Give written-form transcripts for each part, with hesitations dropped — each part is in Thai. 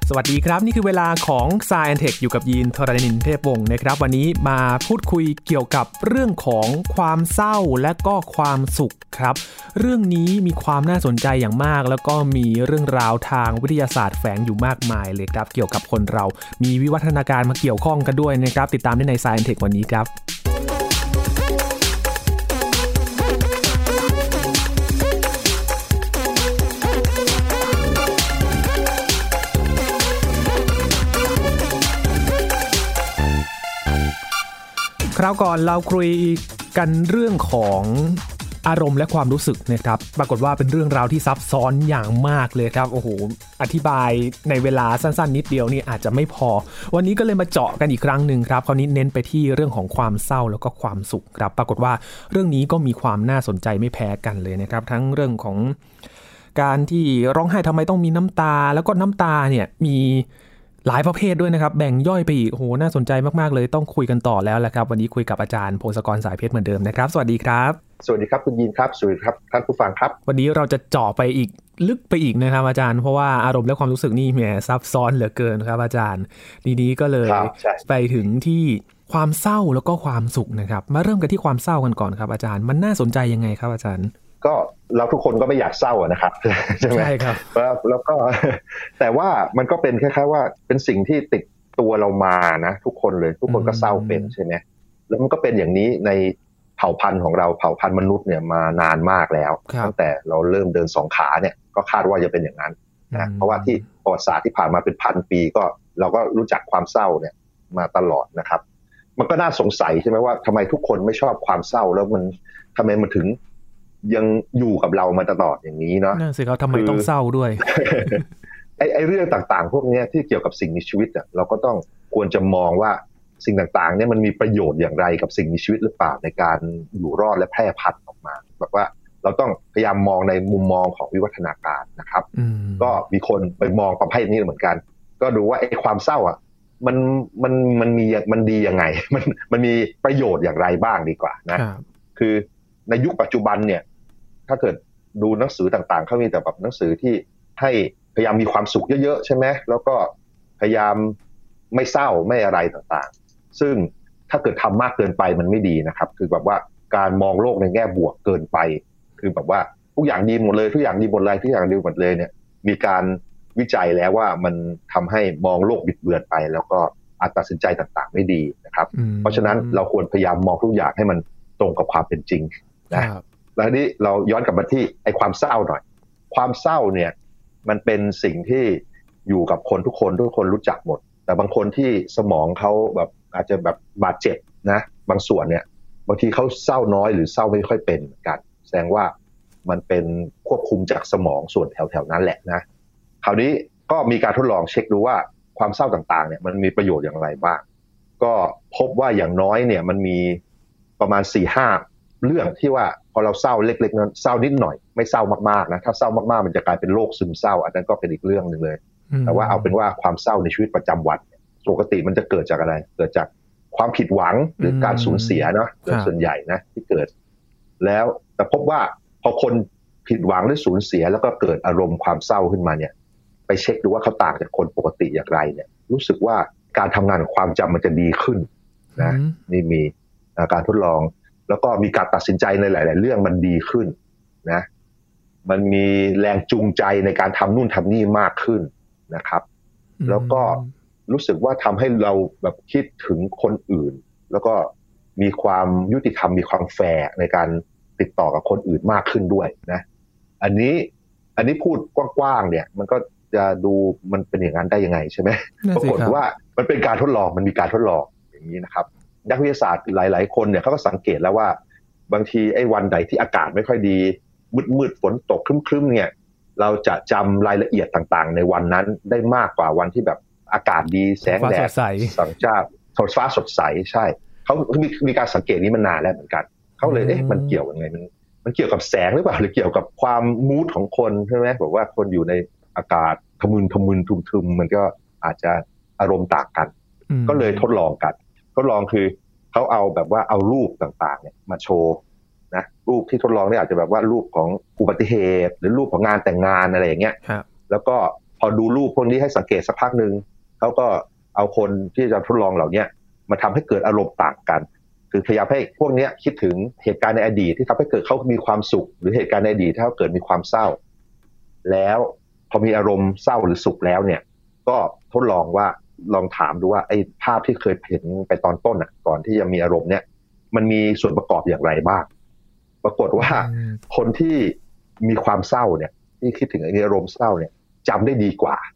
สวัสดีครับนี่คือเวลาของ Science Tech อยู่กับยีนทรณินเทพวงศ์นะครับวันนี้มาพูดคุยเกี่ยวกับเรื่องของความเศร้าและก็ความสุขครับเรื่องนี้มีความน่าสนใจอย่างมากแล้วก็มีเรื่องราวทางวิทยาศาสตร์แฝงอยู่มากมายเลยครับเกี่ยวกับคนเรามีวิวัฒนาการมาเกี่ยวข้องกันด้วยนะครับติดตามได้ใน Science Tech วันนี้ครับคราวก่อนเราคุยกันเรื่องของอารมณ์และความรู้สึกนะครับปรากฏว่าเป็นเรื่องราวที่ซับซ้อนอย่างมากเลยครับโอ้โหอธิบายในเวลาสั้นๆนิดเดียวนี่อาจจะไม่พอวันนี้ก็เลยมาเจาะกันอีกครั้งนึงครับคราวนี้เน้นไปที่เรื่องของความเศร้าแล้วก็ความสุขครับปรากฏว่าเรื่องนี้ก็มีความน่าสนใจไม่แพ้กันเลยนะครับทั้งเรื่องของการที่ร้องไห้ทำไมต้องมีน้ำตาแล้วก็น้ำตาเนี่ยมีหลายประเภทด้วยนะครับแบ่งย่อยไปอีกโอ้โหน่าสนใจมากๆเลยต้องคุยกันต่อแล้วแหละครับวันนี้คุยกับอาจารย์พงศกรสายเพชรเหมือนเดิมนะครับสวัสดีครับสวัสดีครับคุณยินครับสวัสดีครับท่านผู้ฟังครับวันนี้เราจะเจาะไปอีกลึกไปอีกนะครับอาจารย์เพราะว่าอารมณ์และความรู้สึกนี่แหมซับซ้อนเหลือเกินครับอาจารย์ทีนี้ก็เลยไปถึงที่ความเศร้าแล้วก็ความสุขนะครับมาเริ่มกันที่ความเศร้ากันก่อนครับอาจารย์มันน่าสนใจยังไงครับอาจารย์ก็เราทุกคนก็ไม่อยากเศร้านะครับใช่ไหมใช่ครับแล้วก็แต่ว่ามันก็เป็นคล้ายๆว่าเป็นสิ่งที่ติดตัวเรามานะทุกคนเลยทุกคนก็เศร้าเป็นใช่ไหมแล้วมันก็เป็นอย่างนี้ในเผ่าพันธุ์ของเราเผ่าพันธุ์มนุษย์เนี่ยมานานมากแล้วตั้งแต่เราเริ่มเดินสองขาเนี่ยก็คาดว่าจะเป็นอย่างนั้นนะเพราะว่าที่ประวัติศาสตร์ที่ผ่านมาเป็นพันปีก็เราก็รู้จักความเศร้าเนี่ยมาตลอดนะครับมันก็น่าสงสัยใช่ไหมว่าทำไมทุกคนไม่ชอบความเศร้าแล้วมันทำไมมันถึงยังอยู่กับเรามาตลอดอย่างนี้เนาะนั่นสิครับทำไมต้องเศร้าด้วยไอ้เรื่องต่างๆพวกนี้ที่เกี่ยวกับสิ่งมีชีวิตอ่ะเราก็ต้องควรจะมองว่าสิ่งต่างๆเนี่ยมันมีประโยชน์อย่างไรกับสิ่งมีชีวิตหรือเปล่าในการอยู่รอดและแพร่พันธุ์ออกมาแบบว่าเราต้องพยายามมองในมุมมองของวิวัฒนาการนะครับก็มีคนไปมองประเภทนี้เหมือนกันก็ดูว่าไอ้ความเศร้าอ่ะมันดียังไงมันมีประโยชน์อย่างไรบ้างดีกว่านะคือในยุคปัจจุบันเนี่ยถ้าเกิดดูหนังสือต่างๆเขามีแต่แบบหนังสือที่ให้พยายามมีความสุขเยอะๆใช่ไหมแล้วก็พยายามไม่เศร้าไม่อะไรต่างๆซึ่งถ้าเกิดทำมากเกินไปมันไม่ดีนะครับคือแบบว่าการมองโลกในแง่บวกเกินไปคือแบบว่าทุกอย่างดีหมดเลยทุกอย่างดีหมดเลยทุกอย่างดีหมดเลยเนี่ยมีการวิจัยแล้วว่ามันทำให้มองโลกบิดเบือนไปแล้วก็อาจตัดสินใจต่างๆไม่ดีนะครับเพราะฉะนั้นเราควรพยายามมองทุกอย่างให้มันตรงกับความเป็นจริงนะแล้วนี้เราย้อนกลับมาที่ไอ้ความเศร้าหน่อยความเศร้าเนี่ยมันเป็นสิ่งที่อยู่กับคนทุกคนรู้จักหมดแต่บางคนที่สมองเขาแบบอาจจะแบบบาดเจ็บนะบางส่วนเนี่ยบางทีเขาเศร้าน้อยหรือเศร้าไม่ค่อยเป็นเหมือนกันแสดงว่ามันเป็นควบคุมจากสมองส่วนแถวๆนั้นแหละนะคราวนี้ก็มีการทดลองเช็คดูว่าความเศร้าต่างๆเนี่ยมันมีประโยชน์อย่างไรบ้างก็พบว่าอย่างน้อยเนี่ยมันมีประมาณ 4-5 เรื่องที่ว่าพอเราเศร้าเล็กๆนั้นเศร้านิดหน่อยไม่เศร้ามากๆนะถ้าเศร้ามากๆมันจะกลายเป็นโรคซึมเศร้าอันนั้นก็เป็นอีกเรื่องนึงเลยแต่ว่าเอาเป็นว่าความเศร้าในชีวิตประจำวันปกติมันจะเกิดจากอะไรเกิดจากความผิดหวังหรือการสูญเสียเนาะส่วนใหญ่นะที่เกิดแล้วแต่พบว่าพอคนผิดหวังหรือสูญเสียแล้วก็เกิดอารมณ์ความเศร้าขึ้นมาเนี่ยไปเช็คดูว่าเขาต่างจากคนปกติอย่างไรเนี่ยรู้สึกว่าการทำงานของความจำมันจะดีขึ้นนะนี่มีการทดลองแล้วก็มีการตัดสินใจในหลายๆเรื่องมันดีขึ้นนะมันมีแรงจูงใจในการทำนู่นทำนี่มากขึ้นนะครับแล้วก็รู้สึกว่าทำให้เราแบบคิดถึงคนอื่นแล้วก็มีความยุติธรรมมีความแฟร์ในการติดต่อกับคนอื่นมากขึ้นด้วยนะอันนี้พูดกว้างๆเนี่ยมันก็จะดูมันเป็นอย่างนั้นได้ยังไงใช่ไหมปรากฏว่ามันเป็นการทดลองมันมีการทดลองอย่างนี้นะครับนักวิทยาศาสตร์หลายๆคนเนี่ยเขาก็สังเกตแล้วว่าบางทีไอ้วันใดที่อากาศไม่ค่อยดีมืดฝนตกครึ้มๆเนี่ยเราจะจำรายละเอียดต่างๆในวันนั้นได้มากกว่าวันที่แบบอากาศดีแสงแดดสังชาติฟ้าสดใสใช่เขามีการสังเกตนี้มานานแล้วเหมือนกันเขาเลยมันเกี่ยวยังไงมันเกี่ยวกับแสงหรือเปล่าหรือเกี่ยวกับความมูดของคนใช่ไหมบอกว่าคนอยู่ในอากาศทะมึนทึมมันก็อาจจะอารมณ์ต่างกันก็เลยทดลองกันทดลองคือเขาเอาแบบว่าเอารูปต่างๆเนี่ยมาโชว์นะรูปที่ทดลองเนี่ยอาจจะแบบว่ารูปของอุบัติเหตุหรือรูปของงานแต่งงานอะไรอย่างเงี้ยแล้วก็พอดูรูปพวกนี้ให้สังเกตสักพักนึงเขาก็เอาคนที่จะทดลองเหล่านี้มาทำให้เกิดอารมณ์ต่างกันคือพยายามให้พวกนี้คิดถึงเหตุการณ์ในอดีตที่ทำให้เกิดเขามีความสุขหรือเหตุการณ์ในอดีตที่เขาเกิดมีความเศร้าแล้วพอมีอารมณ์เศร้าหรือสุขแล้วเนี่ยก็ทดลองว่าลองถามดูว่าไอ้ภาพที่เคยเห็นไปตอนต้นก่อนที่จะมีอารมณ์เนี่ยมันมีส่วนประกอบอย่างไรบ้างปรากฏว่าคนที่มีความเศร้าเนี่ยที่คิดถึงอารมณ์เศร้าเนี่ยจำได้ดีกว่า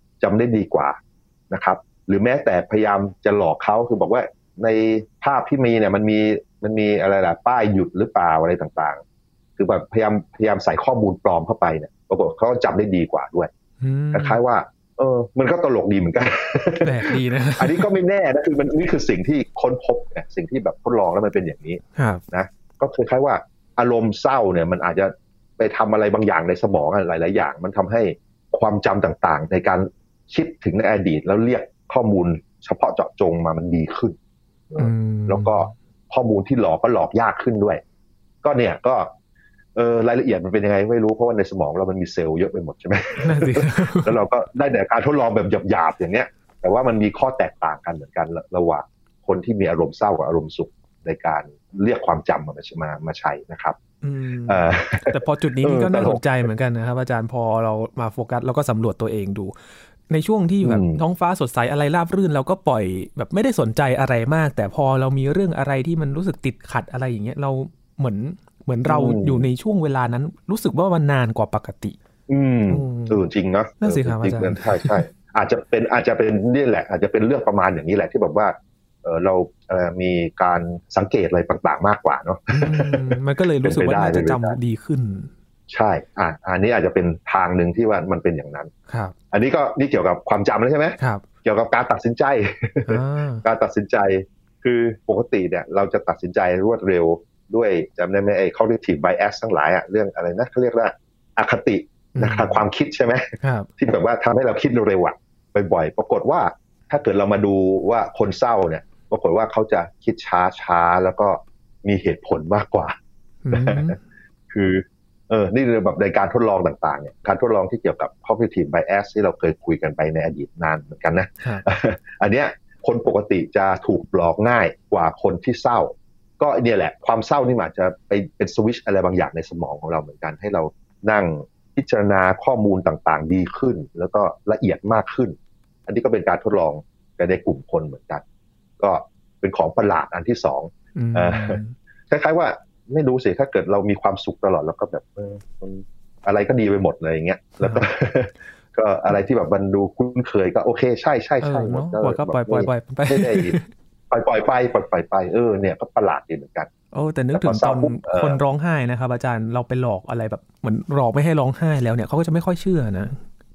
นะครับหรือแม้แต่พยายามจะหลอกเขาคือบอกว่าในภาพที่มีเนี่ยมันมีอะไรล่ะป้ายหยุดหรือเปล่าอะไรต่างๆคือแบบพยายามใส่ข้อมูลปลอมเข้าไปเนี่ยปรากฏเขาจำได้ดีกว่าด้วยคล้ายๆว่ามันก็ตลกดีเหมือนกันแปลกดีนะอันนี้ก็ไม่แน่นะคือมันนี่คือสิ่งที่ค้นพบเนี่ยสิ่งที่แบบทดลองแล้วมันเป็นอย่างนี้นะก็คล้ายๆว่าอารมณ์เศร้าเนี่ยมันอาจจะไปทำอะไรบางอย่างในสมองหลายๆอย่างมันทำให้ความจำต่างๆในการคิดถึงในอดีตแล้วเรียกข้อมูลเฉพาะเจาะจงมามันดีขึ้นแล้วก็ข้อมูลที่หลอกก็หลอกยากขึ้นด้วยก็เนี่ยก็รายละเอียดมันเป็นยังไงไม่รู้เพราะว่าในสมองเรามันมีเซลล์เยอะไปหมดใช่ไหม แล้วเราก็ได้แต่การทดลองแบบหยาบๆอย่างเนี้ยแต่ว่ามันมีข้อแตกต่างกันเหมือนกันระหว่างคนที่มีอารมณ์เศร้ากับอารมณ์สุขในการเรียกความจำมาใช้นะครับแต่พอจุดนี้ก็น่าสนใจเหมือนกันนะครับอาจารย์พอเรามาโฟกัสแล้วก็สำรวจตัวเองดูในช่วงที่แบบท้องฟ้าสดใสอะไรราบรื่นเราก็ปล่อยแบบไม่ได้สนใจอะไรมากแต่พอเรามีเรื่องอะไรที่มันรู้สึกติดขัดอะไรอย่างเงี้ยเราเหมือนเราอยู่ในช่วงเวลานั้นรู้สึกว่ามันนานกว่าปกติจริงเนาะนั่นสิครับอาจารย์ใช่อาจจะเป็นนี่แหละอาจจะเป็นเรื่องประมาณอย่างนี้แหละที่แบบว่าเรามีการสังเกตอะไรต่างๆมากกว่าเนาะมันก็เลยรู้สึกว่าน่าจะจำดีขึ้นใช่อันนี้อาจจะเป็นทางหนึ่งที่ว่ามันเป็นอย่างนั้นครับอันนี้เกี่ยวกับความจำแล้วใช่ไหมครับเกี่ยวกับการตัดสินใจการตัดสินใจคือปกติเนี่ยเราจะตัดสินใจรวดเร็วด้วยจำได้ไหมไอ้ cognitive bias ทั้งหลายเรื่องอะไรนะเขาเรียกว่าอคตินะครับความคิดใช่ไหมที่แบบว่าทำให้เราคิดเร็วบ่อยๆปรากฏว่าถ้าเกิดเรามาดูว่าคนเศร้าเนี่ยปรากฏว่าเขาจะคิดช้าแล้วก็มีเหตุผลมากกว่าคือนี่คือแบบในการทดลองต่างๆเนี่ยการทดลองที่เกี่ยวกับ cognitive bias ที่เราเคยคุยกันไปในอดีตนานเหมือนกันนะอันเนี้ยคนปกติจะถูกหลอกง่ายกว่าคนที่เศร้าก็เนี่ยแหละความเศร้านี่มันจะไปเป็นสวิตช์อะไรบางอย่างในสมองของเราเหมือนกันให้เรานั่งพิจารณาข้อมูลต่างๆดีขึ้นแล้วก็ละเอียดมากขึ้นอันนี้ก็เป็นการทดลองกันในกลุ่มคนเหมือนกันก็เป็นของประหลาดอันที่สองคล้ายๆว่าไม่รู้สิถ้าเกิดเรามีความสุขตลอดแล้วก็แบบอะไรก็ดีไปหมดเลยอย่างเงี้ยแล้วก็อะไรที่แบบมันดูคุ้นเคยก็โอเคใช่หมดก็ปล่อยไปไม่ได้ปล่อยไปเนี่ยก็ประหลาดดีเหมือนกันแต่นึกถึงตอนคนร้องไห้นะครับอาจารย์เราไปหลอกอะไรแบบเหมือนหลอกไม่ให้ร้องไห้แล้วเนี่ยเขาก็จะไม่ค่อยเชื่อนะ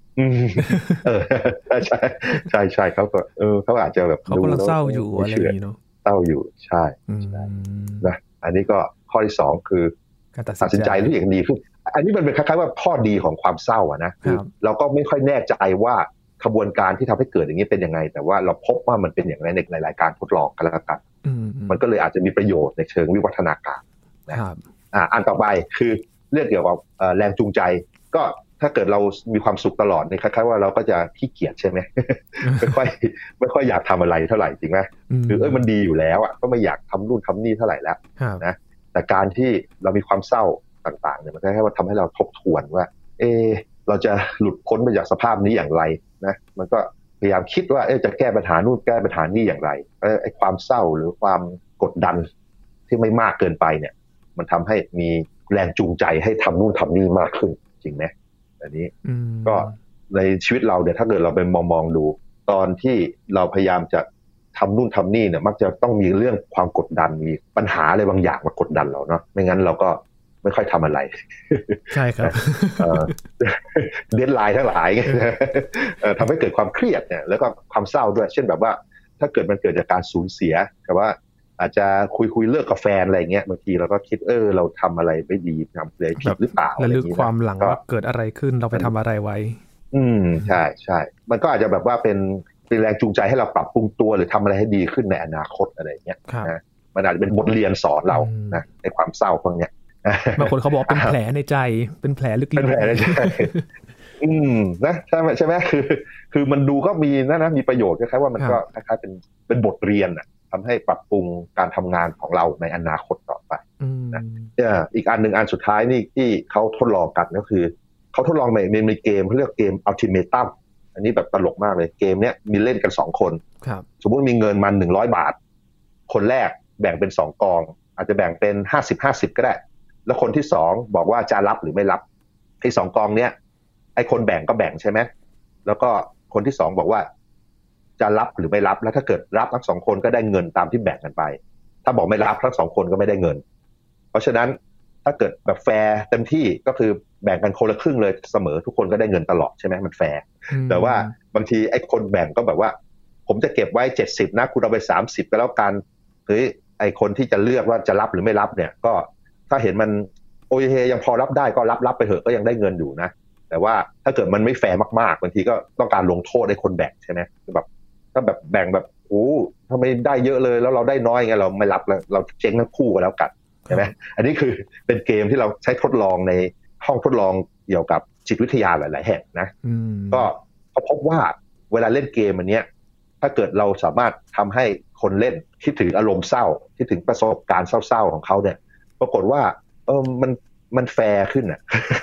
ใช่เขาก็เขาอาจจะแบบเขาก็เศร้าอยู่อะไรอย่างนี้เนาะเศร้าอยู่ใช่นะอันนี้ก็ข้อที่สองคือการตัดสินใจที่อย่างดีขึ้นอันนี้มันเป็นคล้ายๆว่าข้อดีของความเศร้านะคือเราก็ไม่ค่อยแน่ใจว่าขบวนการที่ทำให้เกิดอย่างนี้เป็นยังไงแต่ว่าเราพบว่ามันเป็นอย่างไรในหลายๆการทดลองกันแล้วกันมันก็เลยอาจจะมีประโยชน์ในเชิงวิวัฒนาการนะครับอันต่อไปคือเรื่องเกี่ยวกับแรงจูงใจก็ถ้าเกิดเรามีความสุขตลอดเนี่ยคล้ายๆว่าเราก็จะขี้เกียจใช่ไหม ไม่ค่อยอยากทำอะไรเท่าไหร่จริงไหมคือมันดีอยู่แล้วก็ไม่อยากทำนู่นทำนี่เท่าไหร่แล้วนะแต่การที่เรามีความเศร้าต่างๆเนี่ยมันแค่ว่าทำให้เราทบทวนว่าเราจะหลุดพ้นไปจากสภาพนี้อย่างไรนะมันก็พยายามคิดว่าจะแก้ปัญหานู่นแก้ปัญหานี่อย่างไรไอ้ความเศร้าหรือความกดดันที่ไม่มากเกินไปเนี่ยมันทำให้มีแรงจูงใจให้ทำนู่นทำนี่มากขึ้นจริงไหมอันนี้ก็ในชีวิตเราเนี่ยถ้าเกิดเราไปมองดูตอนที่เราพยายามจะทำนู่นทำนี่เนี่ยมักจะต้องมีเรื่องความกดดันมีปัญหาอะไรบางอย่างมากดดันเราเนาะไม่งั้นเราก็ไม่ค่อยทำอะไรใช่ครับเดดไลน์ทั้งหลายทำให้เกิดความเครียดเนี่ยแล้วก็ความเศร้าด้วยเช่นแบบว่าถ้าเกิดมันเกิดจากการสูญเสียแต่ว่าอาจจะคุยเลิกกับแฟนอะไรเงี้ยบางทีเราก็คิดเราทำอะไรไม่ดีทำอะไรผิดหรือเปล่าระลึกความหลังว่าเกิดอะไรขึ้นเราไปทำอะไรไว้ใช่มันก็อาจจะแบบว่าเป็นแรงจูงใจให้เราปรับปรุงตัวหรือทำอะไรให้ดีขึ้นในอนาคตอะไรเงี้ยนะมันอาจจะเป็นบทเรียนสอนเรานะในความเศร้าพวกเนี้ยบางคนเขาบอกเป็นแผลในใจเป็นแผลลึกๆเป็นแผลในใจนะใช่ไหมคือมันดูก็มีนะมีประโยชน์คล้ายๆว่ามันก็คล้ายๆเป็นบทเรียนทำให้ปรับปรุงการทำงานของเราในอนาคตต่อไปนะอีกอันหนึ่งอันสุดท้ายนี่ที่เขาทดลองกันก็คือเขาทดลองในเกมเขาเรียกเกม Ultimatum อันนี้แบบตลกมากเลยเกมเนี้ยมีเล่นกัน2คนสมมุติมีเงินมัน100 บาทคนแรกแบ่งเป็น2 กองอาจจะแบ่งเป็น50-50ก็ได้แล้วคนที่2บอกว่าจะรับหรือไม่รับที่2 กองเนี้ยไอ้คนแบ่งก็แบ่งใช่ไหมแล้วก็คนที่2บอกว่าจะรับหรือไม่รับแล้วถ้าเกิดรับทั้ง2 คนก็ได้เงินตามที่แบ่งกันไปถ้าบอกไม่รับทั้ง2 คนก็ไม่ได้เงินเพราะฉะนั้นถ้าเกิดแบบแฟร์เต็มที่ก็คือแบ่งกันคนละครึ่งเลยเสมอทุกคนก็ได้เงินตลอดใช่ไหมมันแฟร์แต่ว่าบางทีไอ้คนแบ่งก็แบบว่าผมจะเก็บไว้70นะคุณเอาไป30ก็แล้วกันเฮ้ยไอ้คนที่จะเลือกว่าจะรับหรือไม่รับเนี่ยก็ถ้าเห็นมันโอเคยังพอรับได้ก็รับไปเถอะก็ยังได้เงินอยู่นะแต่ว่าถ้าเกิดมันไม่แฟร์มากๆบางทีก็ต้องการลงโทษไอ้คนแบ่งใช่ไหมแบบถ้าแบบแบ่งแบบโอ้ทำไมได้เยอะเลยแล้วเราได้น้อยไงเราไม่รับแล้วเราเจ๊งทั้งคู่กันแล้วกันใช่ไหมอันนี้คือเป็นเกมที่เราใช้ทดลองในห้องทดลองเกี่ยวกับจิตวิทยาหลายๆแห่งนะก็เขาพบว่าเวลาเล่นเกมอันนี้ถ้าเกิดเราสามารถทำให้คนเล่นคิดถึงอารมณ์เศร้าคิดถึงประสบการณ์เศร้าๆของเขาเนี่ยปรากฏว่ามันแฟร์ขึ้นอ่ะ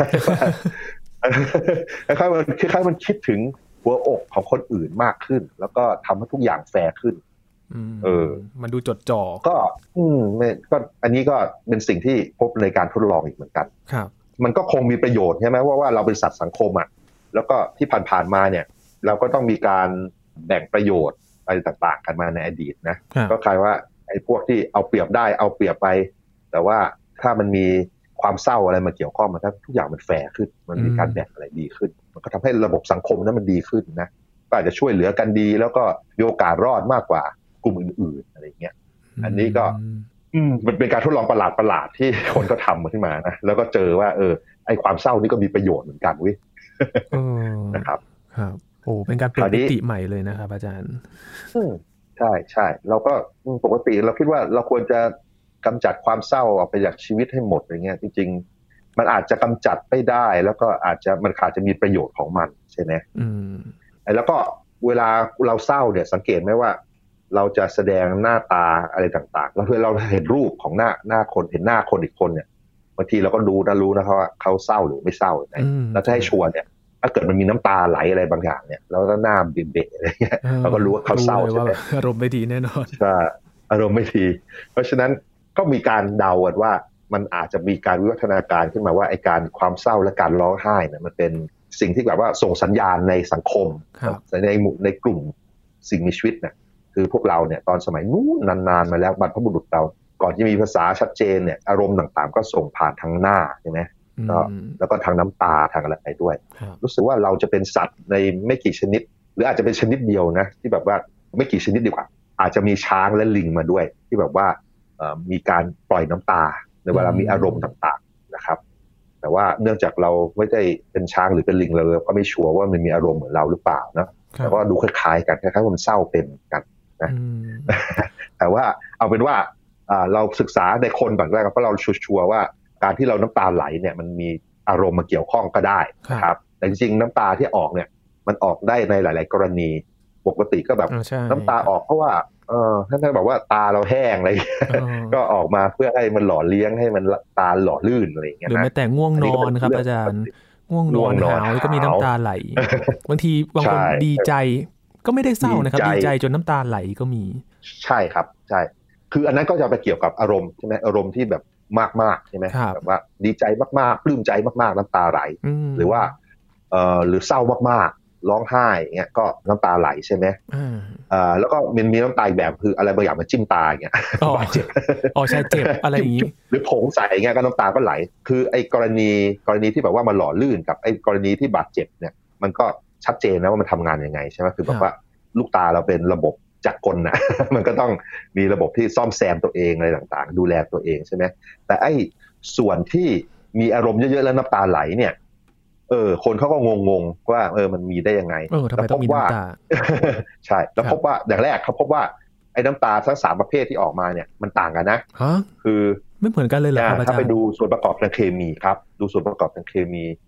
คล้ายๆมันคิดถึงหัวอกของคนอื่นมากขึ้นแล้วก็ทำให้ทุกอย่างแฟร์ขึ้นมันดูจดจ่อก็อันนี้ก็เป็นสิ่งที่พบในการทดลองอีกเหมือนกันครับมันก็คงมีประโยชน์ใช่ไหมว่าเราเป็นสัตว์สังคมอ่ะแล้วก็ที่ผ่านๆมาเนี่ยเราก็ต้องมีการแบ่งประโยชน์อะไรต่างๆกันมาในอดีตนะก็คล้ายว่าไอ้พวกที่เอาเปรียบได้เอาเปรียบไปแต่ว่าถ้ามันมีความเศร้าอะไรมาเกี่ยวข้องมันทุกอย่างมันแฟร์ขึ้นมันมีการแบ่งอะไรดีขึ้นมันก็ทำให้ระบบสังคมนั้นมันดีขึ้นนะก็อาจจะช่วยเหลือกันดีแล้วก็มีโอกาสรอดมากกว่ากลุ่มอื่นๆอะไรเงี้ยอันนี้ก็มันเป็นการทดลองประหลาดที่คนก็ทำขึ้นมานะแล้วก็เจอว่าไอ้ความเศร้านี่ก็มีประโยชน์เหมือนกันเว้ยนะครับครับโอ้เป็นการเปลี่ยนมิติใหม่เลยนะครับอาจารย์ใช่ใช่เราก็ปกติเราคิดว่าเราควรจะกำจัดความเศร้าออกไปจากชีวิตให้หมดอย่างเงี้ยจริงๆมันอาจจะกำจัดไม่ได้แล้วก็อาจจะมีประโยชน์ของมันใช่ไหมแล้วก็เวลาเราเศร้าเนี่ยสังเกตไหมว่าเราจะแสดงหน้าตาอะไรต่างๆแล้วเวลาเราเห็นรูปของหน้าคนเห็นหน้าคนอีกคนเนี่ยบางทีเราก็รู้นะครับว่าเขาเศร้าหรือไม่เศร้าไงแล้วถ้าให้ชัวร์เนี่ยถ้าเกิดมันมีน้ำตาไหลอะไรบางอย่างเนี่ยแล้วก็หน้าเบะๆอะไรเงี้ยเราก็รู้ว่าเขาเศร้าใช่ไหมอารมณ์ไม่ดีแน่นอนใช่อารมณ์ไม่ดีเพราะฉะนั้นก็มีการเดากันว่ามันอาจจะมีการวิวัฒนาการขึ้นมาว่าไอ้การความเศร้าและการร้องไห้เนี่ยมันเป็นสิ่งที่แบบว่าส่งสัญญาณในสังคมในกลุ่มสิ่งมีชีวิตเนี่ยคือพวกเราเนี่ยตอนสมัยนู้นนานๆมาแล้วบรรพบุรุษเราก่อนที่มีภาษาชัดเจนเนี่ยอารมณ์ต่างๆก็ส่งผ่านทางหน้าใช่ไหมแล้วก็ทางน้ำตาทางอะไรไปด้วยรู้สึกว่าเราจะเป็นสัตว์ในไม่กี่ชนิดหรืออาจจะเป็นชนิดเดียวนะที่แบบว่าไม่กี่ชนิดดีกว่าอาจจะมีช้างและลิงมาด้วยที่แบบว่ามีการปล่อยน้ำตาในเวลามีอารมณ์ต่างๆนะครับแต่ว่าเนื่องจากเราไม่ได้เป็นช้างหรือเป็นลิงเราก็ไม่ชัวร์ว่ามันมีอารมณ์เหมือนเราหรือเปล่านะแต่ว่าดูคล้ายๆกันคล้ายๆว่ามันเศร้าเป็นกันนะแต่ว่าเอาเป็นว่าเราศึกษาในคนก่อนแรกเพราะเราชัวร์ว่าการที่เราน้ำตาไหลเนี่ยมันมีอารมณ์มาเกี่ยวข้องก็ได้นะครับแต่จริงๆน้ำตาที่ออกเนี่ยมันออกได้ในหลายๆกรณีปกติก็แบบน้ำตาออกเพราะว่าท่านบอกว่าตาเราแห้งอะไรก็ออกมาเพื่อให้มันหล่อเลี้ยงให้มันตาหล่อลื่นอะไรอย่างเงี้ยนะหรือแม้แต่ง่วงนอนครับอาจารย์ง่วงนอนหาวก็มีน้ำตาไหลบางทีบางคนดีใจก็ไม่ได้เศร้านะครับดีใจจนน้ำตาไหลก็มีใช่ครับใช่คืออันนั้นก็จะไปเกี่ยวกับอารมณ์ใช่ไหมอารมณ์ที่แบบมากๆใช่ไหมแบบว่าดีใจมากๆปลื้มใจมากๆน้ำตาไหลหรือว่าหรือเศร้ามากๆร้องไห้เงี้ยก็น้ำตาไหลใช่ไหมแล้วก็มันมีน้ำตาอีกแบบคืออะไรบางอย่างมันจิ้มตาอย่างเงี้ยบาดเจ็บใช่เจ็บอะไรอย่างงี้หรือผงใสเงี้ยก็น้ำตาก็ไหลคือไอ้กรณีที่แบบว่ามันหล่อลื่นกับไอ้กรณีที่บาดเจ็บเนี่ยมันก็ชัดเจนนะว่ามันทำงานยังไงใช่ไหมคือแบบว่าลูกตาเราเป็นระบบจักรกลนะมันก็ต้องมีระบบที่ซ่อมแซมตัวเองอะไรต่างๆดูแลตัวเองใช่ไหมแต่ไอ้ส่วนที่มีอารมณ์เยอะๆแล้วน้ำตาไหลเนี่ยคนเขาก็งงๆว่ามันมีได้ยังไงแล้วพบว่าใช่แล้วพบว่าอย่างแรกเขาพบว่าไอ้น้ำตาทั้ง3ประเภทที่ออกมาเนี่ยมันต่างกันนะคือไม่เหมือนกันเลยเหรอครับอาจารย์ถ้าไปดูส่วนประกอบทางเคมีครับดูส่วนประกอบทางเคมี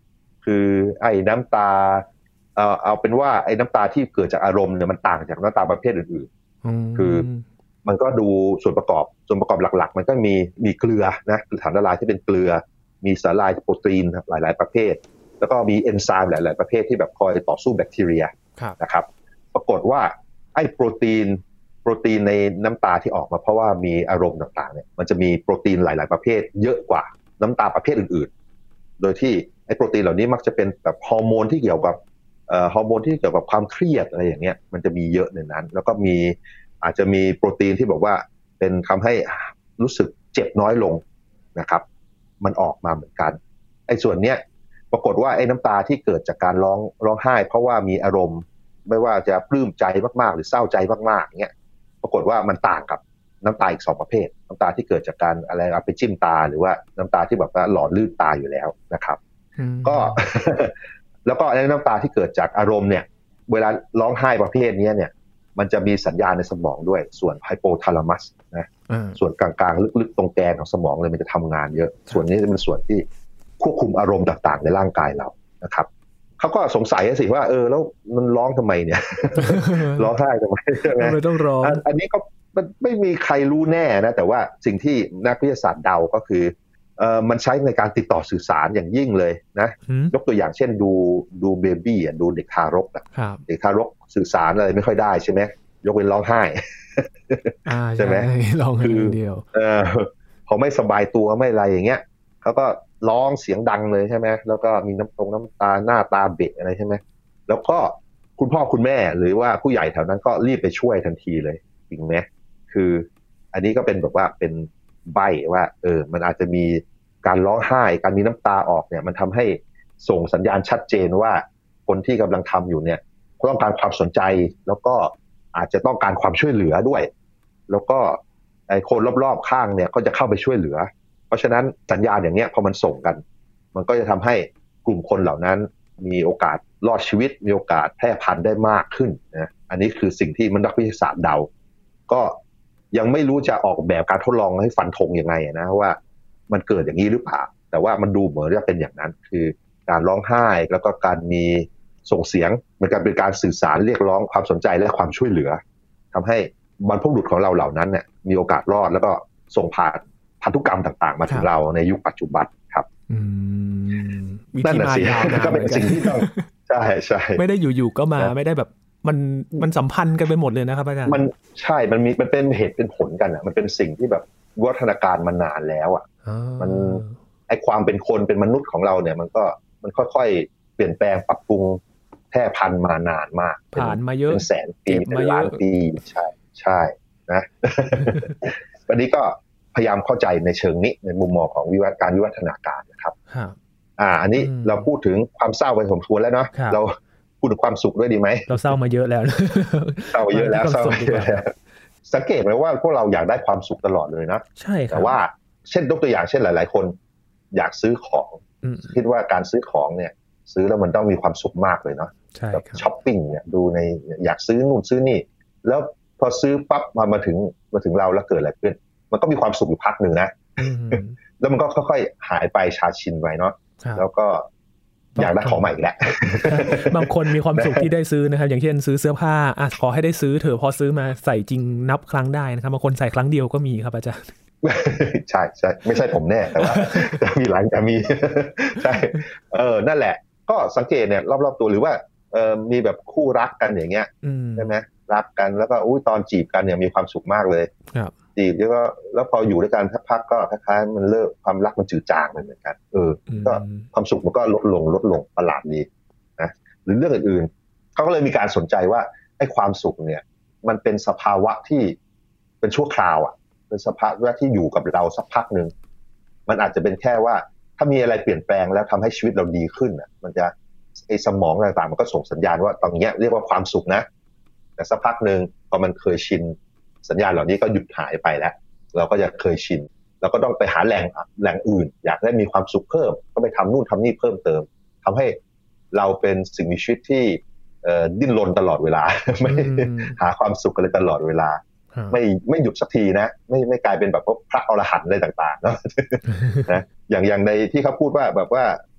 คือไอ้น้ำตาเอาเป็นว่าไอ้น้ำตาที่เกิดจากอารมณ์เนี่ยมันต่างจากน้ำตาประเภทอื่นๆคือมันก็ดูส่วนประกอบหลักๆมันก็มีเกลือนะฐานละลายที่เป็นเกลือมีสารละลายโปรตีนหลายๆประเภทแล้วก็มีเอนไซม์หลายๆประเภทที่แบบคอยต่อสู้แบคทีเรียนะครับปรากฏว่าไอ้โปรตีนในน้ำตาที่ออกมาเพราะว่ามีอารมณ์ต่างๆเนี่ยมันจะมีโปรตีนหลายๆประเภทเยอะกว่าน้ำตาประเภทอื่นๆโดยที่ไอ้โปรตีนเหล่านี้มักจะเป็นแบบฮอร์โมนที่เกี่ยวกับฮอร์โมนที่เกี่ยวกับความเครียดอะไรอย่างเงี้ยมันจะมีเยอะในนั้นแล้วก็อาจจะมีโปรตีนที่บอกว่าเป็นทำให้รู้สึกเจ็บน้อยลงนะครับมันออกมาเหมือนกันไอ้ส่วนเนี้ยปรากฏว่าไอ้น้ำตาที่เกิดจากการร้องไห้เพราะว่ามีอารมณ์ไม่ว่าจะปลื้มใจมากๆหรือเศร้าใจมากๆเงี้ยปรากฏว่ามันต่างกับน้ำตาอีก2ประเภทน้ำตาที่เกิดจากการอะไรเอาไปจิ้มตาหรือว่าน้ำตาที่แบบว่าหล่อลื่นตาอยู่แล้วนะครับก็ แล้วก็น้ำตาที่เกิดจากอารมณ์เนี่ยเวลาร้องไห้ประเภทนี้เนี่ยมันจะมีสัญญาณในสมองด้วยส่วนไฮโปทาลามัสนะส่วนกลางๆลึกๆตรงแกนของสมองเลยมันจะทำงานเยอะส่วนนี้จะเป็นส่วนที่ควบคุมอารมณ์ต่างๆในร่างกายเรานะครับเขาก็สงสัยสิว่าแล้วมันร้องทำไมเนี่ย ร้องไห้ทำไมไม่ต้องร้องอันนี้ก็ไม่มีใครรู้แน่นะแต่ว่าสิ่งที่นักวิทยาศาสตร์เดาก็คือมันใช้ในการติดต่อสื่อสารอย่างยิ่งเลยนะยกตัวอย่างเช่นดูเบบี้ดูเด็กทารกเด็กทารกสื่อสารอะไรไม่ค่อยได้ใช่ไหมยกเว้นร้องไห้ใช่ไหมร้องไห้เดียวพอไม่สบายตัวไม่อะไรอย่างเงี้ยเขาก็ร้องเสียงดังเลยใช่ไหมแล้วก็มีน้ำตาหน้าตาเบะอะไรใช่ไหมแล้วก็คุณพ่อคุณแม่หรือว่าผู้ใหญ่แถวนั้นก็รีบไปช่วยทันทีเลยจริงไหมคืออันนี้ก็เป็นแบบว่าเป็นใบ้ว่ามันอาจจะมีการร้องไห้การมีน้ำตาออกเนี่ยมันทำให้ส่งสัญญาณชัดเจนว่าคนที่กำลังทำอยู่เนี่ยต้องการความสนใจแล้วก็อาจจะต้องการความช่วยเหลือด้วยแล้วก็ไอ้คนรอบๆข้างเนี่ยก็จะเข้าไปช่วยเหลือเพราะฉะนั้นสัญญาณอย่างเนี้ยพอมันส่งกันมันก็จะทำให้กลุ่มคนเหล่านั้นมีโอกาสรอดชีวิตมีโอกาสแพร่พันธุ์ได้มากขึ้นนะอันนี้คือสิ่งที่นักวิทยาศาสตร์เดาก็ยังไม่รู้จะออกแบบการทดลองให้ฟันธงยังไงนะว่ามันเกิดอย่างนี้หรือเปล่าแต่ว่ามันดูเหมือนจะเป็นอย่างนั้นคือการร้องไห้แล้วก็การมีส่งเสียงมันเป็นการสื่อสารเรียกร้องความสนใจและความช่วยเหลือทำให้บรรพบุรุษของเราเหล่านั้นเนี่ยมีโอกาสรอดแล้วก็ส่งผ่านพันธุกรรมต่างๆมาถึงเราในยุคปัจจุบันครับนั่นแหละสิก็เป็นสิ่งที่ต้องใช่ใช่ไม่ได้อยู่ๆก็มาไม่ได้แบบมันสัมพันธ์กันไปหมดเลยนะครับอาจารย์มันใช่มันเป็นเหตุเป็นผลกันอ่ะมันเป็นสิ่งที่แบบวัฒนาการมานานแล้วอ่ะมันไอความเป็นคนเป็นมนุษย์ของเราเนี่ยมันค่อยๆเปลี่ยนแปลงปรับปรุงแพร่พันธุ์มานานมากผ่านมาเยอะเป็นแสนปีเป็นล้านปีใช่นะวันนี้ก็พยายามเข้าใจในเชิงนี้ในมุมมองของการวิวัฒนาการนะครับอันนี้เราพูดถึงความเศร้าไปสมควรแล้วเนาะเราพูดถึงความสุขด้วยดีไหมเราเศร้ามาเยอะแล้วเศร้าเยอะแล้วสังเกตไหมว่าพวกเราอยากได้ความสุขตลอดเลยนะใช่แต่ว่าเช่นยกตัวอย่างเช่นหลายๆคนอยากซื้อของคิดว่าการซื้อของเนี่ยซื้อแล้วมันต้องมีความสุขมากเลยเนาะแบบช้อปปิ้งเนี่ยดูในอยากซื้อนู่นซื้อนี่แล้วพอซื้อปั๊บมาถึงเราแล้วเกิดอะไรขึ้นมันก็มีความสุขอยู่พักหนึ่งนะแล้วมันก็ค่อยๆหายไปชาชินไปเนาะแล้วก็อยากได้ของใหม่อีกแล้วบางคนมีความสุขที่ได้ซื้อนะครับอย่างเช่นซื้อเสื้อผ้าขอให้ได้ซื้อเถอะพอซื้อมาใส่จริงนับครั้งได้นะครับบางคนใส่ครั้งเดียวก็มีครับอาจารย์ใช่ใช่ไม่ใช่ผมแน่แต่ว่ามีหลายจะมีใช่นั่นแหละก็สังเกตเนี่ยรอบๆตัวหรือว่ามีแบบคู่รักกันอย่างเงี้ยใช่ไหมรักกันแล้วก็ตอนจีบกันเนี่ยมีความสุขมากเลยจีบแล้วพออยู่ด้วยกันสักพักก็คล้ายๆมันเลิกความรักมันจืดจางไปเหมือนกันก็ความสุขมันก็ลดลงประหลาดดีนะหรือเรื่องอื่นๆเขาก็เลยมีการสนใจว่าไอ้ความสุขเนี่ยมันเป็นสภาวะที่เป็นชั่วคราวอ่ะเป็นสภาวะที่อยู่กับเราสักพักนึงมันอาจจะเป็นแค่ว่าถ้ามีอะไรเปลี่ยนแปลงแล้วทำให้ชีวิตเราดีขึ้นอ่ะมันจะไอ้สมองต่างๆมันก็ส่งสัญญาณว่าตรงนี้เรียกว่าความสุขนะแต่สักพักนึงพอมันเคยชินสัญญาณเหล่านี้ก็หยุดหายไปแล้วเราก็จะเคยชินเราก็ต้องไปหาแหล่งอื่นอยากได้มีความสุขเพิ่มก็ไปทำนู่นทำนี่เพิ่มเติมทำให้เราเป็นสิ่งมีชีวิตที่ดิ้นรนตลอดเวลาไม่หาความสุขอะไรตลอดเวลาไม่หยุดสักทีนะไม่กลายเป็นแบบพระอรหันต์อะไรต่างๆเนาะนะอย่างในที่เขาพูดว่าแบบว่า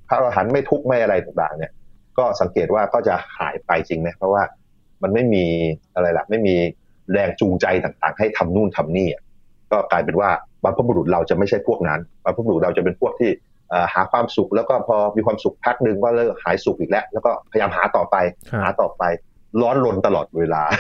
พระอรหันต์ไม่ทุกข์ไม่อะไรต่างๆเนี่ยก็สังเกตว่าก็จะหายไปจริงไหมเพราะว่ามันไม่มีอะไรล่ะไม่มีแรงจูงใจต่างๆให้ทำนู่นทำนี่ก็กลายเป็นว่าบรรพบุรุษเราจะไม่ใช่พวกนั้นบรรพบุรุษเราจะเป็นพวกที่หาความสุขแล้วก็พอมีความสุขพักนึงก็เลิกหายสุขอีกแล้วก็พยายามหาต่อไปร้อนรนตลอดเวลา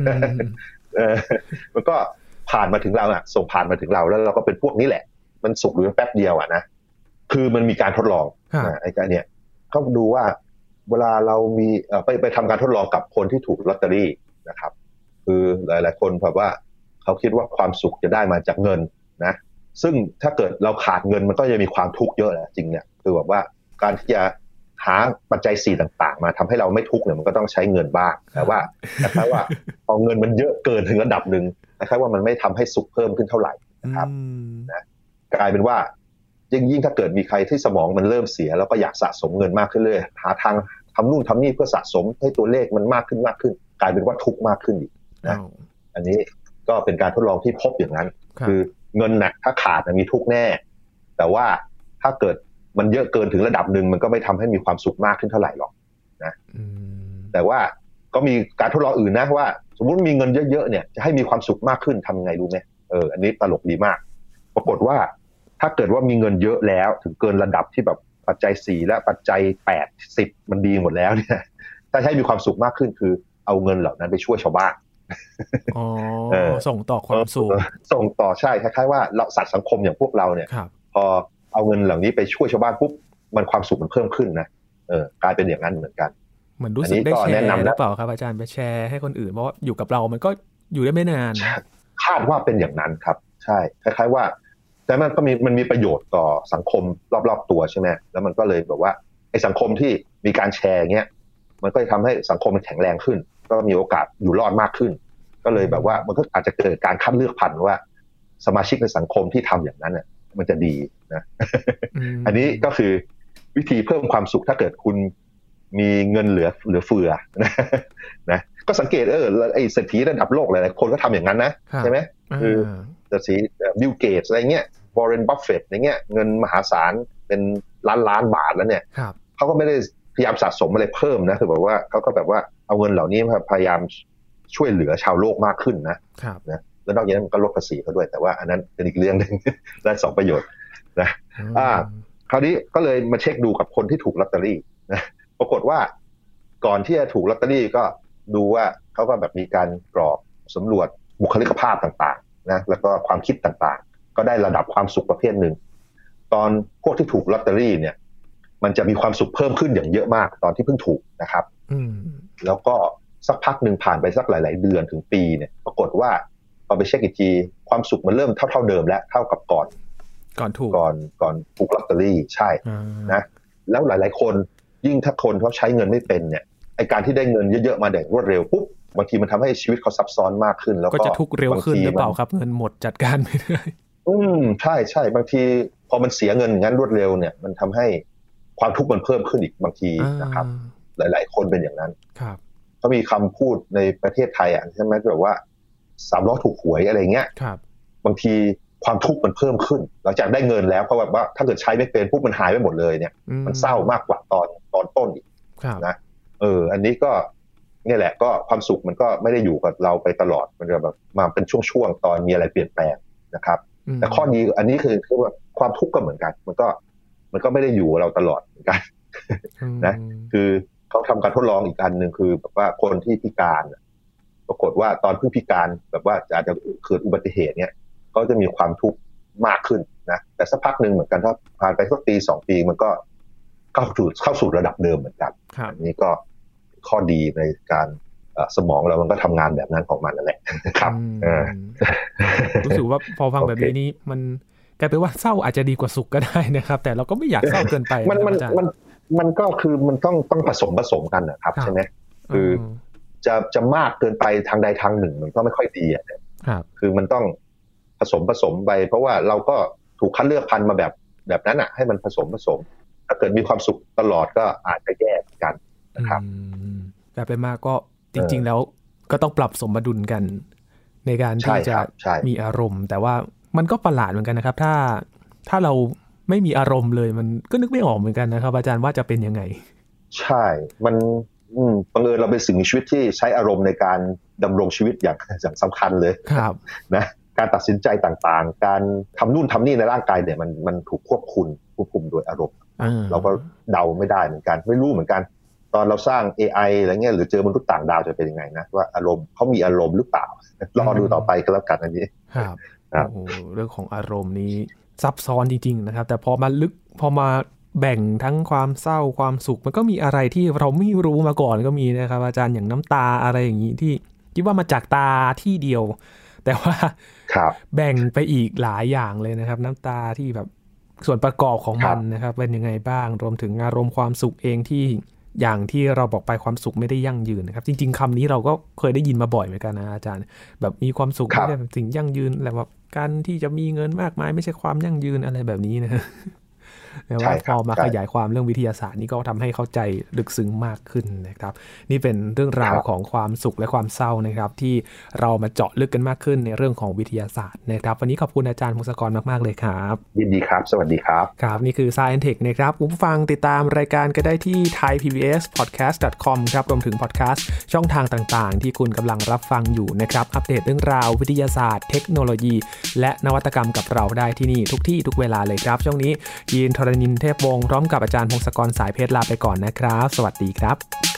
มันก็ผ่านมาถึงเราส่งผ่านมาถึงเราแล้วเราก็เป็นพวกนี้แหละมันสุขหรือแป๊บเดียวนะคือมันมีการทดลองไอ้การเนี้ยเขาดูว่าเวลาเรามีไปทำการทดลองกับคนที่ถูกลอตเตอรี่นะครับคือหลายๆคนแบบว่าเขาคิดว่าความสุขจะได้มาจากเงินนะซึ่งถ้าเกิดเราขาดเงินมันก็จะมีความทุกข์เยอะแหละจริงเนี่ยคือแบบว่าการที่จะหาปัจจัย4ต่างๆมาทำให้เราไม่ทุกข์เนี่ยมันก็ต้องใช้เงินบ้างแต่ว่าพอเงินมันเยอะเกินถึงระดับนึงนะครับว่ามันไม่ทำให้สุขเพิ่มขึ้นเท่าไหร่นะครับนะกลายเป็นว่ายิ่งถ้าเกิดมีใครที่สมองมันเริ่มเสียแล้วก็อยากสะสมเงินมากขึ้นเรื่อยหาทางทำนู่นทำนี่เพื่อสะสมให้ตัวเลขมันมากขึ้นกลายเป็นว่าทุกข์มากขึ้นอีกนะอันนี้ก็เป็นการทดลองที่พบอย่างนั้นคือเงินน่ะถ้าขาดมีทุกข์แน่แต่ว่าถ้าเกิดมันเยอะเกินถึงระดับนึงมันก็ไม่ทำให้มีความสุขมากขึ้นเท่าไหร่หรอกนะแต่ว่าก็มีการทดลองอื่นนะว่าสมมุติมีเงินเยอะๆเนี่ยจะให้มีความสุขมากขึ้นทำไงรู้ไหมอันนี้ตลกดีมากปรากฏว่าถ้าเกิดว่ามีเงินเยอะแล้วถึงเกินระดับที่แบบปัจจัย4และปัจจัย8 10มันดีหมดแล้วเนี่ยถ้าให้มีความสุขมากขึ้นคือเอาเงินเหล่านั้นไปช่วยชาวบ้านส่งต่อความสุขส่งต่อใช่คล้ายๆว่าเราสัตว์สังคมอย่างพวกเราเนี่ยพอเอาเงินเหล่านี้ไปช่วยชาวบ้านปุ๊บมันความสุขมันเพิ่มขึ้นนะกลายเป็นอย่างนั้นเหมือนกันเหมือนรู้สึกได้แชร์หรือเปล่าครับอาจารย์ไปแชร์ให้คนอื่นเพราะว่าอยู่กับเรามันก็อยู่ได้ไม่นานคาดว่าเป็นอย่างนั้นครับใช่คล้ายๆว่าแต่มันมีประโยชน์ต่อสังคมรอบๆตัวใช่ไหมแล้วมันก็เลยแบบว่าไอ้สังคมที่มีการแชร์เงี้ยมันก็จะทำให้สังคมมันแข็งแรงขึ้นก็มีโอกาสอยู่รอดมากขึ้นก็เลยแบบว่ามันก็อาจจะเกิดการคัดเลือกพันธุ์ว่าสมาชิกในสังคมที่ทำอย่างนั้นเนี่ยมันจะดีนะ อันนี้ก็คือวิธีเพิ่มความสุขถ้าเกิดคุณมีเงินเหลือเฟือนะก็สังเกตไอ้เศรษฐีระดับโลกหลายๆคนก็ทำอย่างนั้นนะใช่ไหมคือเศรษฐีบิลเกตส์อะไรเงี้ยวอร์เรนบัฟเฟตต์อย่างเงี้ยเงินมหาศาลเป็นล้านบาทแล้วเนี่ยเขาก็ไม่ได้พยายามสะสมอะไรเพิ่มนะคือแบบว่าเขาก็แบบว่าเอาเงินเหล่านี้พยายามช่วยเหลือชาวโลกมากขึ้นนะแล้วนอกจากนั้นมันก็ลดภาษีเขาด้วยแต่ว่าอันนั้นเป็นอีกเรื่องนึงได้2ประโยชน์นะคราวนี้ก็เลยมาเช็คดูกับคนที่ถูกลอตเตอรี่นะปรากฏว่าก่อนที่จะถูกลอตเตอรี่ก็ดูว่าเขาก็แบบมีการกรอกสำรวจบุคลิกภาพต่างๆนะแล้วก็ความคิดต่างๆก็ได้ระดับความสุขประเภทหนึ่งตอนพวกที่ถูกลอตเตอรี่เนี่ยมันจะมีความสุขเพิ่มขึ้นอย่างเยอะมากตอนที่เพิ่งถูกนะครับแล้วก็สักพักหนึ่งผ่านไปสักหลายๆเดือนถึงปีเนี่ยปรากฏว่าพอไปเช็คอีกทีความสุขมันเริ่มเท่าเดิมแล้วเท่ากับก่อนถูกลอตเตอรี่ใช่นะแล้วหลายๆคนยิ่งถ้าคนเขาใช้เงินไม่เป็นเนี่ยไอการที่ได้เงินเยอะๆมาอย่างรวดเร็วปุ๊บบางทีมันทำให้ชีวิตเขาซับซ้อนมากขึ้นแล้วก็จะทุกข์เร็วขึ้นหรือเปล่าครับเงินหมดจัดการไม่ได้ใช่บางทีพอมันเสียเงินงั้นรวดเร็วเนี่ยมันทำให้ความทุกข์มันเพิ่มขึ้นอีกบางทีนะครับหลายๆคนเป็นอย่างนั้นเขามีคำพูดในประเทศไทยใช่ไหมแบบว่า3ล้อถูกหวยอะไรเงี้ยบางทีความทุกข์มันเพิ่มขึ้นหลังจากได้เงินแล้วเพราะว่าถ้าเกิดใช้ไม่เป็นปุ๊บมันหายไปหมดเลยเนี่ยมันเศร้ามากกว่าตอนต้นอีกนะอันนี้ก็นี่แหละก็ความสุขมันก็ไม่ได้อยู่กับเราไปตลอดมันจะแบบมาเป็นช่วงๆตอนมีอะไรเปลี่ยนแปลงนะครับแต่ข้อดีอันนี้คือว่าความทุกข์ก็เหมือนกันมันก็ไม่ได้อยู่กับเราตลอดเหมือนกันนะคือเขาทำการทดลองอีกอันนึงคือแบบว่าคนที่พิการปรากฏว่าตอนเพิ่งพิการแบบว่าอาจจะเกิดอุบัติเหตุเนี่ยก็จะมีความทุกข์มากขึ้นนะแต่สักพักนึงเหมือนกันถ้าผ่านไปสักปี2ปีมันก็เข้าสู่ระดับเดิมเหมือนกันอันนี้ก็ข้อดีในการสมองเรามันก็ทำงานแบบนั้นของมันนั่นแหละครับรู้สึกว่าพอฟังแบบนี้มันกลายเป็นว่าเศร้าอาจจะดีกว่าสุขก็ได้นะครับแต่เราก็ไม่อยากเศร้าเกินไปมันก็คือมันต้องผสมกันนะครับใช่ไหมคือจะมากเกินไปทางใดทางหนึ่งมันก็ไม่ค่อยดีคือมันต้องผสมไปเพราะว่าเราก็ถูกคัดเลือกพันธุ์มาแบบนั้นให้มันผสมถ้าเกิดมีความสุขตลอดก็อาจจะแย่กันนะครับแต่ไปมากก็จริงๆแล้วก็ต้องปรับสมดุลกันในการที่จะมีอารมณ์แต่ว่ามันก็ประหลาดเหมือนกันนะครับถ้าเราไม่มีอารมณ์เลยมันก็นึกไม่ออกเหมือนกันนะครับอาจารย์ว่าจะเป็นยังไงใช่มันบังเอิญเราเป็นสิ่งมีชีวิตที่ใช้อารมณ์ในการดำรงชีวิตอย่างสำคัญเลยครับนะการตัดสินใจต่างๆการทำนู่นทำนี่ในร่างกายเนี่ยมันถูกควบคุมโดยอารมณ์เราก็เดาไม่ได้เหมือนกันไม่รู้เหมือนกันตอนเราสร้าง AI อะไรเงี้ยหรือเจอมนุษย์ต่างดาวจะเป็นยังไงนะว่าอารมณ์เขามีอารมณ์หรือเปล่ารอดูต่อไปก็แล้วกันอันนี้ครับโอ้เรื่องของอารมณ์นี้ซับซ้อนจริงๆนะครับแต่พอมาแบ่งทั้งความเศร้าความสุขมันก็มีอะไรที่เราไม่รู้มาก่อนก็มีนะครับอาจารย์อย่างน้ำตาอะไรอย่างนี้ที่คิดว่ามาจากตาที่เดียวแต่ว่าแบ่งไปอีกหลายอย่างเลยนะครับน้ำตาที่แบบส่วนประกอบของมันนะครับเป็นยังไงบ้างรวมถึงอารมณ์ความสุขเองที่อย่างที่เราบอกไปความสุขไม่ได้ยั่งยืนนะครับจริงๆคำนี้เราก็เคยได้ยินมาบ่อยเหมือนกันนะอาจารย์แบบมีความสุขไม่ได้เป็นสิ่งยั่งยืนแหละแบบการที่จะมีเงินมากมายไม่ใช่ความยั่งยืนอะไรแบบนี้นะแต่ว่าพอมาขยายความเรื่องวิทยาศาสตร์นี่ก็ทำให้เข้าใจลึกซึ้งมากขึ้นนะครับนี่เป็นเรื่องราวของความสุขและความเศร้านะครับที่เรามาเจาะลึกกันมากขึ้นในเรื่องของวิทยาศาสตร์นะครับวันนี้ขอบคุณอาจารย์พงศกรมากๆเลยครับยินดีครับสวัสดีครับครับนี่คือ Science Tech นะครับคุณผู้ฟังติดตามรายการก็ได้ที่ thaipbspodcast.com ครับรวมถึงพอดแคสต์ช่องทางต่างๆที่คุณกำลังรับฟังอยู่นะครับอัปเดตเรื่องราววิทยาศาสตร์เทคโนโลยีและนวัตกรรมกับเราได้ที่นี่ทุกที่ทุกเวลาเลยครับช่วงนี้ยินทรณินเทพวงศ์พร้อมกับอาจารย์พงศกรสายเพชรลาไปก่อนนะครับสวัสดีครับ